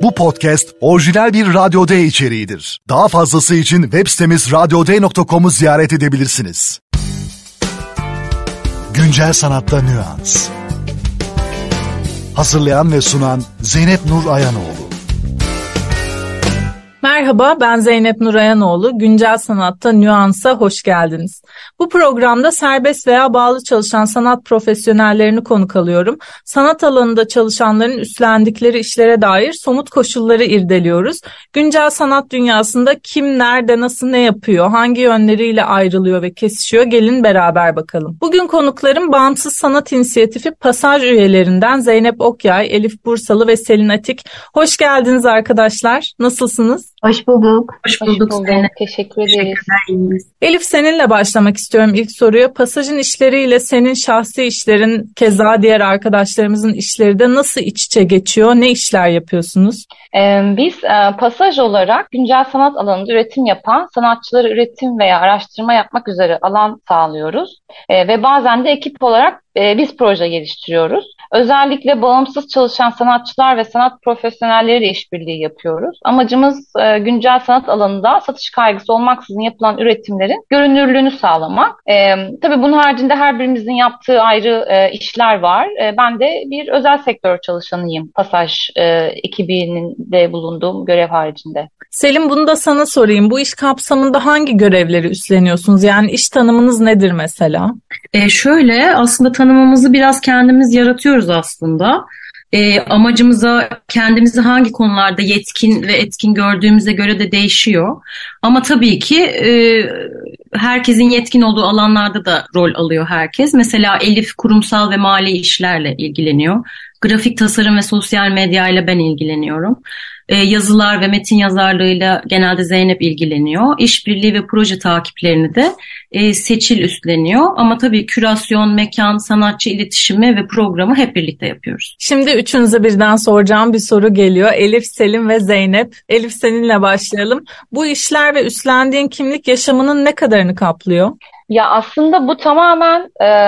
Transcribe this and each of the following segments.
Bu podcast orijinal bir Radyo D içeriğidir. Daha fazlası için web sitemiz radyoday.com'u ziyaret edebilirsiniz. Güncel sanatta nüans. Hazırlayan ve sunan Zeynep Nur Ayanoğlu. Merhaba, ben Zeynep Nur Ayanoğlu. Güncel Sanatta Nüans'a hoş geldiniz. Bu programda serbest veya bağlı çalışan sanat profesyonellerini konuk alıyorum. Sanat alanında çalışanların üstlendikleri işlere dair somut koşulları irdeliyoruz. Güncel sanat dünyasında kim, nerede, nasıl, ne yapıyor, hangi yönleriyle ayrılıyor ve kesişiyor? Gelin beraber bakalım. Bugün konuklarım Bağımsız Sanat İnisiyatifi Pasaj üyelerinden Zeynep Okyay, Elif Bursalı ve Selin Atik. Hoş geldiniz arkadaşlar. Nasılsınız? Hoş bulduk. Hoş bulduk. Teşekkür ederiz. Elif, seninle başlamak istiyorum ilk soruya. Pasajın işleriyle senin şahsi işlerin, keza diğer arkadaşlarımızın işleri de nasıl iç içe geçiyor? Ne işler yapıyorsunuz? Biz Pasaj olarak güncel sanat alanında üretim yapan sanatçılara üretim veya araştırma yapmak üzere alan sağlıyoruz. Ve bazen de ekip olarak biz proje geliştiriyoruz. Özellikle bağımsız çalışan sanatçılar ve sanat profesyonelleriyle işbirliği yapıyoruz. Amacımız güncel sanat alanında satış kaygısı olmaksızın yapılan üretimlerin görünürlüğünü sağlamak. Tabii bunun haricinde her birimizin yaptığı ayrı işler var. Ben de bir özel sektör çalışanıyım Pasaj ekibinin de bulunduğum görev haricinde. Selim, bunu da sana sorayım. Bu iş kapsamında hangi görevleri üstleniyorsunuz? Yani iş tanımınız nedir mesela? Şöyle, aslında tanımımızı biraz kendimiz yaratıyoruz aslında. Amacımıza, kendimizi hangi konularda yetkin ve etkin gördüğümüze göre de değişiyor. Ama tabii ki herkesin yetkin olduğu alanlarda da rol alıyor herkes. Mesela Elif kurumsal ve mali işlerle ilgileniyor. Grafik tasarım ve sosyal medya ile ben ilgileniyorum. Yazılar ve metin yazarlığıyla genelde Zeynep ilgileniyor. İşbirliği ve proje takiplerini de Seçil üstleniyor. Ama tabii kürasyon, mekan, sanatçı iletişimi ve programı hep birlikte yapıyoruz. Şimdi üçünüze birden soracağım bir soru geliyor. Elif, Selim ve Zeynep. Elif, seninle başlayalım. Bu işler ve üstlendiğin kimlik yaşamının ne kadarını kaplıyor? Ya aslında bu tamamen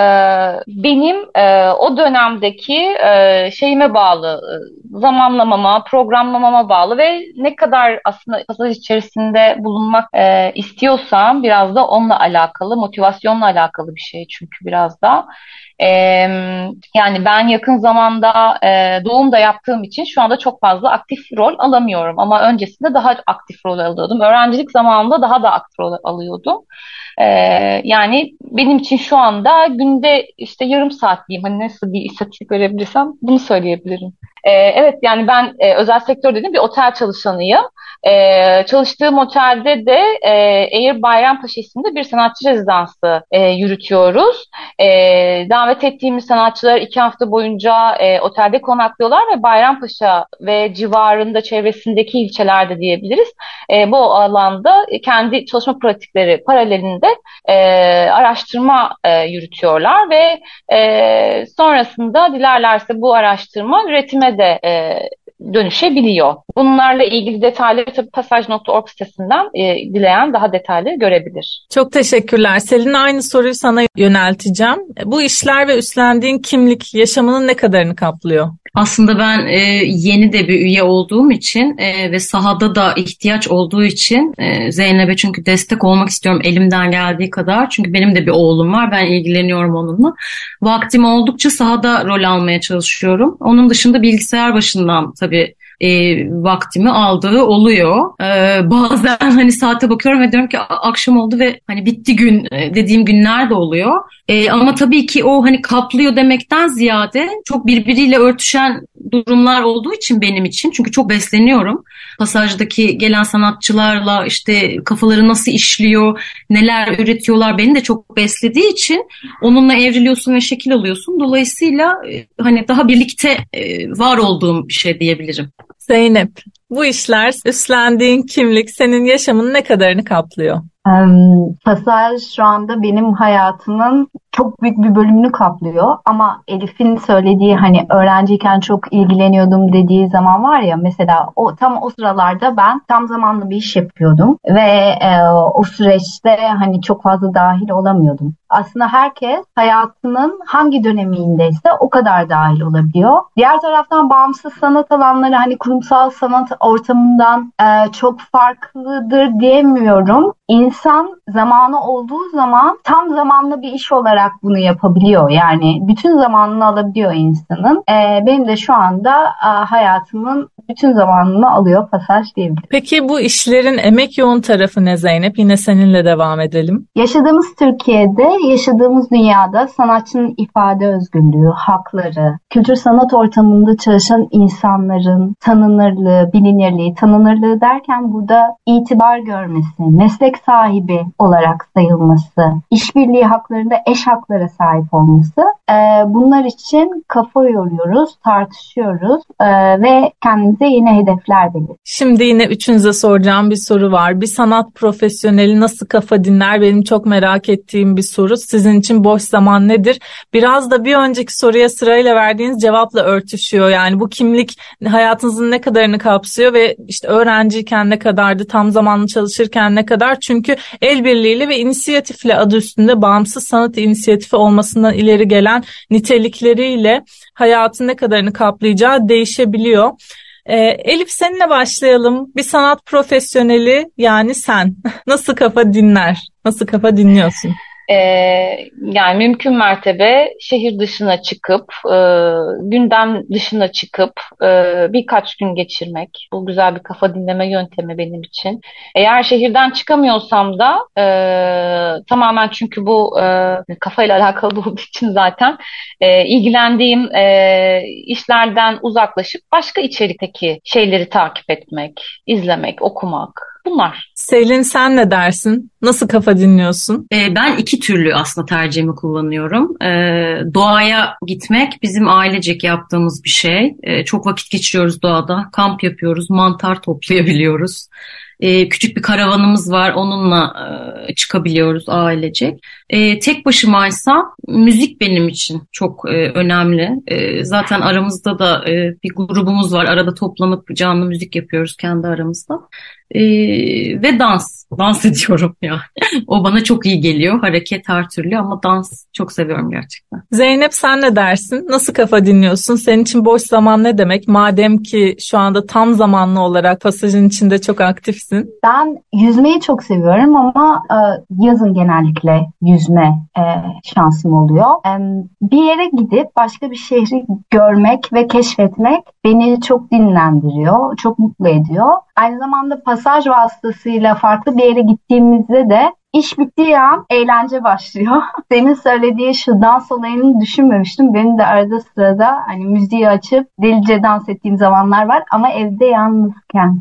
benim o dönemdeki şeyime bağlı, zamanlamama, programlamama bağlı ve ne kadar aslında pasaj içerisinde bulunmak istiyorsam biraz da onunla alakalı, motivasyonla alakalı bir şey çünkü biraz da. Yani ben yakın zamanda doğum da yaptığım için şu anda çok fazla aktif rol alamıyorum ama öncesinde daha aktif rol alıyordum. Öğrencilik zamanında daha da aktif rol alıyordum. Yani benim için şu anda günde işte yarım saat diyeyim, hani nasıl bir istatistik verebilirsem bunu söyleyebilirim. Evet, yani ben özel sektör dediğim bir otel çalışanıyım. Çalıştığım otelde de Air Bayrampaşa isimli bir sanatçı rezidansı yürütüyoruz. Davet ettiğimiz sanatçılar 2 hafta boyunca otelde konaklıyorlar ve Bayrampaşa ve civarında, çevresindeki ilçelerde diyebiliriz. Bu alanda kendi çalışma pratikleri paralelinde araştırma yürütüyorlar ve sonrasında dilerlerse bu araştırma üretime de dönüşebiliyor. Bunlarla ilgili detayları tabii pasaj.org sitesinden dileyen daha detaylı görebilir. Çok teşekkürler. Selin, aynı soruyu sana yönelteceğim. Bu işler ve üstlendiğin kimlik yaşamının ne kadarını kaplıyor? Aslında ben yeni de bir üye olduğum için ve sahada da ihtiyaç olduğu için Zeynep'e çünkü destek olmak istiyorum elimden geldiği kadar. Çünkü benim de bir oğlum var, ben ilgileniyorum onunla. Vaktim oldukça sahada rol almaya çalışıyorum. Onun dışında bilgisayar başından tabii vaktimi aldığı oluyor. Bazen hani saate bakıyorum ve diyorum ki akşam oldu ve hani bitti gün dediğim günler de oluyor. Ama tabii ki o hani kaplıyor demekten ziyade çok birbiriyle örtüşen durumlar olduğu için benim için. Çünkü çok besleniyorum. Pasajdaki gelen sanatçılarla işte kafaları nasıl işliyor, neler üretiyorlar beni de çok beslediği için onunla evriliyorsun ve şekil alıyorsun. Dolayısıyla hani daha birlikte var olduğum bir şey diyebilirim. Zeynep, bu işler, üstlendiğin kimlik senin yaşamının ne kadarını kaplıyor? Pasaj şu anda benim hayatımın çok büyük bir bölümünü kaplıyor. Ama Elif'in söylediği hani öğrenciyken çok ilgileniyordum dediği zaman var ya, mesela tam o sıralarda ben tam zamanlı bir iş yapıyordum ve o süreçte hani çok fazla dahil olamıyordum. Aslında herkes hayatının hangi dönemindeyse o kadar dahil olabiliyor. Diğer taraftan bağımsız sanat alanları hani kurumsal sanat ortamından çok farklıdır diyemiyorum. İnsan zamanı olduğu zaman tam zamanlı bir iş olarak bunu yapabiliyor. Yani bütün zamanını alabiliyor insanın. Benim de şu anda hayatımın bütün zamanını alıyor Pasaj diyebilirim. Peki bu işlerin emek yoğun tarafı ne Zeynep? Yine seninle devam edelim. Yaşadığımız Türkiye'de, yaşadığımız dünyada sanatçının ifade özgürlüğü, hakları, kültür sanat ortamında çalışan insanların tanınırlığı, bilinirliği, tanınırlığı derken burada itibar görmesi, meslek sahibi olarak sayılması, işbirliği haklarında eş haklara sahip olması, bunlar için kafa yoruyoruz, tartışıyoruz ve kendimize yeni hedefler belirliyoruz. Şimdi yine üçünüze soracağım bir soru var. Bir sanat profesyoneli nasıl kafa dinler? Benim çok merak ettiğim bir soru. Sizin için boş zaman nedir? Biraz da bir önceki soruya sırayla verdiğiniz cevapla örtüşüyor. Yani bu kimlik hayatınızın ne kadarını kapsıyor ve işte öğrenciyken ne kadardı, tam zamanlı çalışırken ne kadar? Çünkü el birliğiyle ve inisiyatifle, adı üstünde bağımsız sanat inisiyatifi olmasından ileri gelen nitelikleriyle hayatın ne kadarını kaplayacağı değişebiliyor. Elif, seninle başlayalım. Bir sanat profesyoneli, yani sen nasıl kafa dinler? Nasıl kafa dinliyorsun? Yani mümkün mertebe şehir dışına çıkıp, gündem dışına çıkıp birkaç gün geçirmek. Bu güzel bir kafa dinleme yöntemi benim için. Eğer şehirden çıkamıyorsam da tamamen, çünkü bu kafayla alakalı olduğu için zaten ilgilendiğim işlerden uzaklaşıp başka içerikteki şeyleri takip etmek, izlemek, okumak. Bunlar. Selin, sen ne dersin? Nasıl kafa dinliyorsun? Ben iki türlü aslında tercihimi kullanıyorum. Doğaya gitmek bizim ailecek yaptığımız bir şey. Çok vakit geçiriyoruz doğada. Kamp yapıyoruz, mantar toplayabiliyoruz. Küçük bir karavanımız var, onunla çıkabiliyoruz ailecek. Tek başımaysa müzik benim için çok önemli. Zaten aramızda da bir grubumuz var. Arada toplanıp canlı müzik yapıyoruz kendi aramızda. Ve dans ediyorum ya. O bana çok iyi geliyor. Hareket her türlü, ama dans çok seviyorum gerçekten. Zeynep, sen ne dersin? Nasıl kafa dinliyorsun? Senin için boş zaman ne demek? Madem ki şu anda tam zamanlı olarak Pasaj'ın içinde çok aktifsin. Ben yüzmeyi çok seviyorum ama yazın genellikle yüzme şansım oluyor. Bir yere gidip başka bir şehri görmek ve keşfetmek beni çok dinlendiriyor, çok mutlu ediyor. Aynı zamanda Pasaj vasıtasıyla farklı bir yere gittiğimizde de İş bittiği an eğlence başlıyor. Senin söylediği şu dans olayını düşünmemiştim. Benim de arada sırada hani müziği açıp delice dans ettiğim zamanlar var ama evde yalnızken.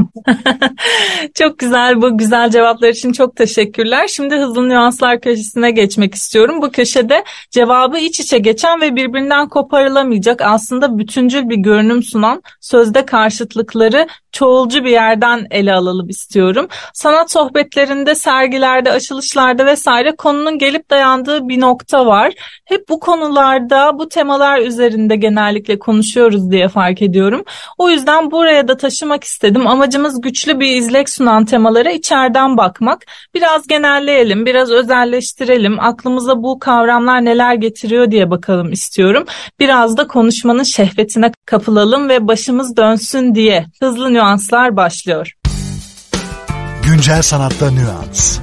Çok güzel, bu güzel cevaplar için çok teşekkürler. Şimdi hızlı nüanslar köşesine geçmek istiyorum. Bu köşede cevabı iç içe geçen ve birbirinden koparılamayacak, aslında bütüncül bir görünüm sunan sözde karşıtlıkları çoğulcu bir yerden ele alalım istiyorum. Sanat sohbetlerinde, sergilerde, açılışlarda vesaire konunun gelip dayandığı bir nokta var. Hep bu konularda, bu temalar üzerinde genellikle konuşuyoruz diye fark ediyorum. O yüzden buraya da taşımak istedim. Amacımız güçlü bir izlek sunan temalara içeriden bakmak. Biraz genelleyelim, biraz özelleştirelim. Aklımıza bu kavramlar neler getiriyor diye bakalım istiyorum. Biraz da konuşmanın şehvetine kapılalım ve başımız dönsün diye. Hızlı nüanslar başlıyor. Güncel sanatta nüans.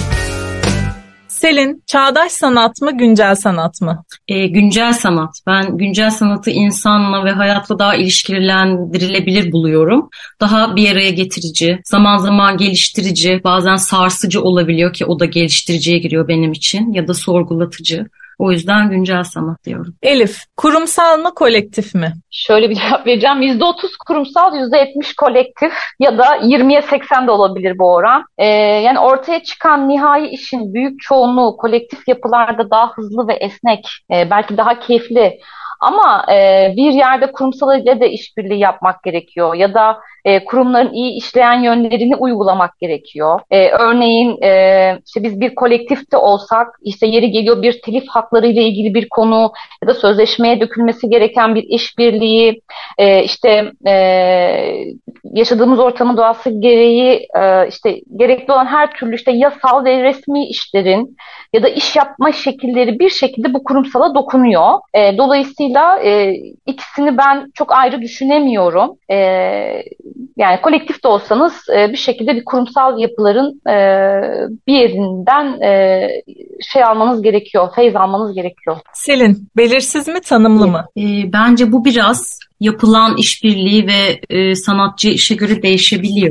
Selin, çağdaş sanat mı, güncel sanat mı? Güncel sanat. Ben güncel sanatı insanla ve hayatla daha ilişkilendirilebilir buluyorum. Daha bir araya getirici, zaman zaman geliştirici, bazen sarsıcı olabiliyor ki o da geliştiriciye giriyor benim için, ya da sorgulatıcı. O yüzden güncel sanat diyorum. Elif, kurumsal mı, kolektif mi? Şöyle bir cevap vereceğim. %30 kurumsal, %70 kolektif ya da 20'ye 80 de olabilir bu oran. Yani ortaya çıkan nihai işin büyük çoğunluğu kolektif yapılarda daha hızlı ve esnek, belki daha keyifli Ama bir yerde kurumsal ile de işbirliği yapmak gerekiyor ya da kurumların iyi işleyen yönlerini uygulamak gerekiyor. Örneğin işte biz bir kolektif de olsak, işte yeri geliyor bir telif hakları ile ilgili bir konu ya da sözleşmeye dökülmesi gereken bir işbirliği, işte yaşadığımız ortamın doğası gereği işte gerekli olan her türlü işte yasal ve resmi işlerin ya da iş yapma şekilleri bir şekilde bu kurumsala dokunuyor. Dolayısıyla ikisini ben çok ayrı düşünemiyorum. Yani kolektif de olsanız bir şekilde bir kurumsal yapıların bir yerinden şey almanız gerekiyor, feyz almanız gerekiyor. Selin, belirsiz mi, tanımlı mı? Bence bu biraz yapılan işbirliği ve sanatçı işe göre değişebiliyor.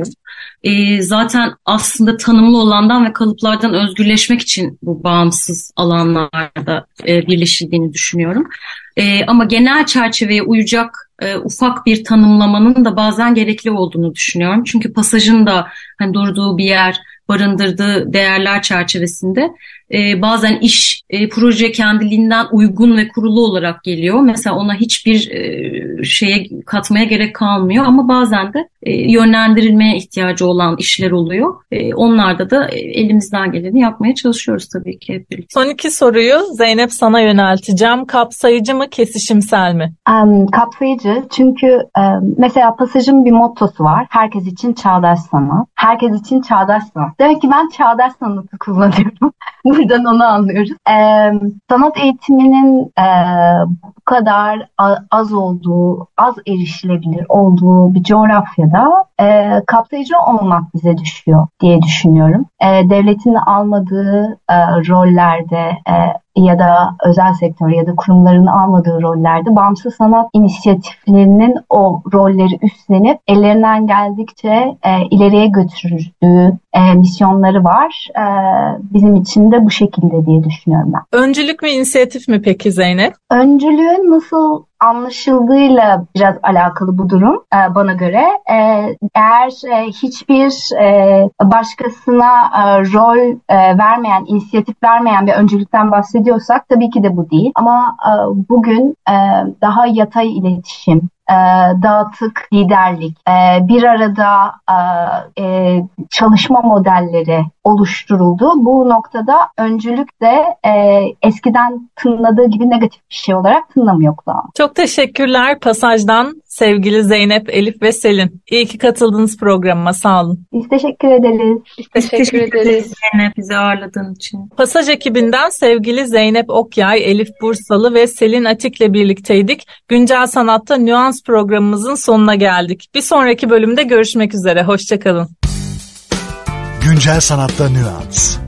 Zaten aslında tanımlı olandan ve kalıplardan özgürleşmek için bu bağımsız alanlarda birleşildiğini düşünüyorum. Ama genel çerçeveye uyacak ufak bir tanımlamanın da bazen gerekli olduğunu düşünüyorum. Çünkü pasajın da hani durduğu bir yer, barındırdığı değerler çerçevesinde bazen iş proje kendiliğinden uygun ve kurulu olarak geliyor. Mesela ona hiçbir şeye katmaya gerek kalmıyor ama bazen de yönlendirilmeye ihtiyacı olan işler oluyor. Onlarda da elimizden geleni yapmaya çalışıyoruz tabii ki hep birlikte. Son iki soruyu Zeynep sana yönelteceğim. Kapsayıcı mı, kesişimsel mi? Kapsayıcı, çünkü mesela pasajın bir mottosu var. Herkes için çağdaş sanat. Herkes için çağdaş sanat. Demek ki ben çağdaş sanatı kullanıyorum. Buradan onu anlıyoruz. Sanat eğitiminin bu kadar az olduğu, az erişilebilir olduğu bir coğrafyada kapsayıcı olmak bize düşüyor diye düşünüyorum. Devletin almadığı rollerde ya da özel sektör ya da kurumların almadığı rollerde bağımsız sanat inisiyatiflerinin o rolleri üstlenip ellerinden geldikçe ileriye götürdüğü misyonları var. Bizim için de bu şekilde diye düşünüyorum ben. Öncülük mü, inisiyatif mi peki Zeynep? Öncülüğün nasıl anlaşıldığıyla biraz alakalı bu durum bana göre. Eğer hiçbir başkasına rol vermeyen, inisiyatif vermeyen bir öncülükten bahsediyorsak tabii ki de bu değil. Ama bugün daha yatay iletişim, dağıtık liderlik, bir arada çalışma modelleri oluşturuldu. Bu noktada öncülük de eskiden tınladığı gibi negatif bir şey olarak tınlamıyor kulağıma. Çok teşekkürler Pasaj'dan sevgili Zeynep, Elif ve Selin. İyi ki katıldınız programıma, sağ olun. Biz teşekkür ederiz. Biz teşekkür ederiz. Zeynep, bizi ağırladığın için. Pasaj ekibinden sevgili Zeynep Okyay, Elif Bursalı ve Selin Atik'le birlikteydik. Güncel Sanat'ta Nüans programımızın sonuna geldik. Bir sonraki bölümde görüşmek üzere. Hoşça kalın. Güncel Sanat'ta Nüans.